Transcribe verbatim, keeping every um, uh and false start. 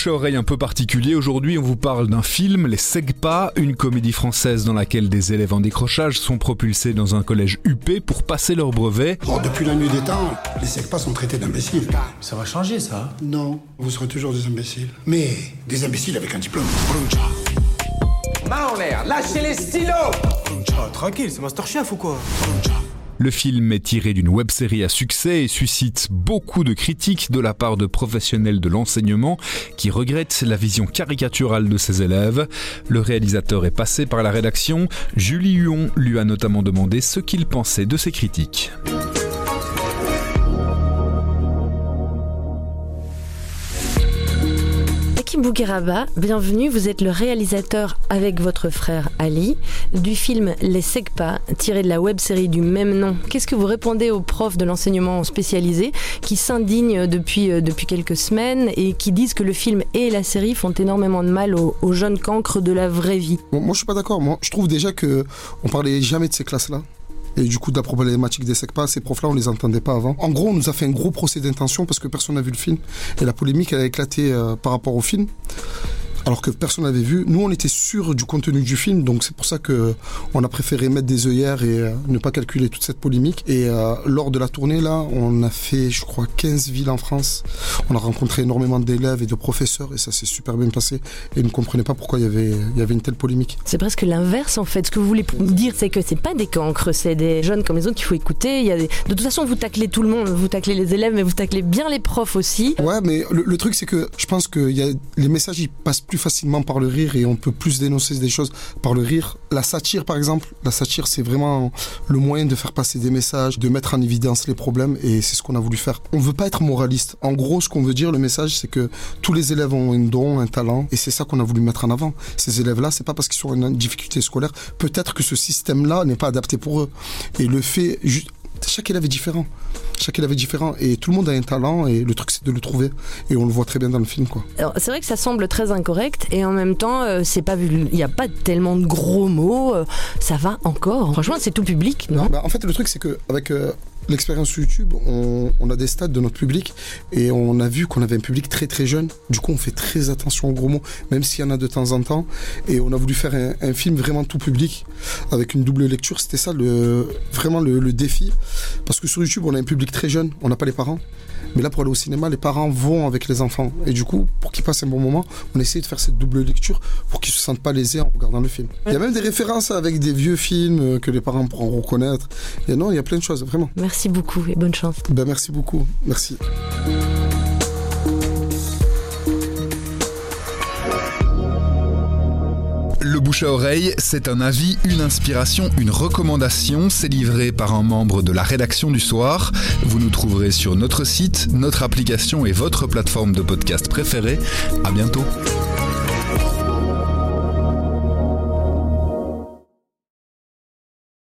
bouche à oreille un peu particulier. Aujourd'hui, on vous parle d'un film, Les Segpas, une comédie française dans laquelle des élèves en décrochage sont propulsés dans un collège U P pour passer leur brevet. Oh, depuis la nuit des temps, les Segpas sont traités d'imbéciles. Ça va changer, ça. Non, vous serez toujours des imbéciles. Mais des imbéciles avec un diplôme. Main en l'air, lâchez les stylos. Oh, tranquille, c'est Masterchef ou quoi? Le film est tiré d'une web-série à succès et suscite beaucoup de critiques de la part de professionnels de l'enseignement qui regrettent la vision caricaturale de ses élèves. Le réalisateur est passé par la rédaction. Julie Huon lui a notamment demandé ce qu'il pensait de ces critiques. Bougueraba, bienvenue, vous êtes le réalisateur avec votre frère Ali du film Les Segpas, tiré de la web-série du même nom. Qu'est-ce que vous répondez aux profs de l'enseignement spécialisé qui s'indignent depuis, euh, depuis quelques semaines et qui disent que le film et la série font énormément de mal aux, aux jeunes cancres de la vraie vie? Bon, moi je suis pas d'accord, moi je trouve déjà qu'on parlait jamais de ces classes-là. Et du coup, de la problématique des Segpas, ces profs-là, on les entendait pas avant. En gros, on nous a fait un gros procès d'intention parce que personne n'a vu le film. Et la polémique, elle a éclaté euh, par rapport au film. Alors que personne n'avait vu. Nous, on était sûrs du contenu du film, donc c'est pour ça qu'on a préféré mettre des œillères et euh, ne pas calculer toute cette polémique. Et euh, lors de la tournée, là, on a fait, je crois, quinze villes en France. On a rencontré énormément d'élèves et de professeurs et ça s'est super bien passé. Et ils ne comprenaient pas pourquoi il y avait, il y avait une telle polémique. C'est presque l'inverse, en fait. Ce que vous voulez dire, c'est que c'est pas des cancres, c'est des jeunes comme les autres qu'il faut écouter. Il y a des... De toute façon, vous taclez tout le monde. Vous taclez les élèves, mais vous taclez bien les profs aussi. Ouais, mais le, le truc, c'est que je pense que y a... les messages, ils passent plus facilement par le rire et on peut plus dénoncer des choses par le rire. La satire, par exemple, la satire, c'est vraiment le moyen de faire passer des messages, de mettre en évidence les problèmes et c'est ce qu'on a voulu faire. On veut pas être moraliste. En gros, ce qu'on veut dire, le message, c'est que tous les élèves ont un don, un talent et c'est ça qu'on a voulu mettre en avant. Ces élèves-là, c'est pas parce qu'ils sont en difficulté scolaire, peut-être que ce système-là n'est pas adapté pour eux. Et le fait, juste, chaque élève est différent. Chaque élève est différent et tout le monde a un talent et le truc c'est de le trouver et on le voit très bien dans le film, quoi. Alors, c'est vrai que ça semble très incorrect et en même temps euh, c'est pas il n'y a pas tellement de gros mots, euh, ça va encore. Franchement c'est tout public, non? Bah, en fait le truc c'est que avec euh, l'expérience sur YouTube, on, on a des stats de notre public et on a vu qu'on avait un public très très jeune. Du coup, on fait très attention aux gros mots, même s'il y en a de temps en temps. Et on a voulu faire un, un film vraiment tout public avec une double lecture. C'était ça le, vraiment le, le défi. Parce que sur YouTube, on a un public très jeune, on n'a pas les parents. Mais là, pour aller au cinéma, les parents vont avec les enfants. Et du coup, pour qu'ils passent un bon moment, on essaie de faire cette double lecture pour qu'ils ne se sentent pas lésés en regardant le film. Il y a même des références avec des vieux films que les parents pourront reconnaître. Et non, il y a plein de choses, vraiment. Merci beaucoup et bonne chance. Ben, merci beaucoup. Merci. Le bouche à oreille, c'est un avis, une inspiration, une recommandation. C'est livré par un membre de la rédaction du soir. Vous nous trouverez sur notre site, notre application et votre plateforme de podcast préférée. À bientôt.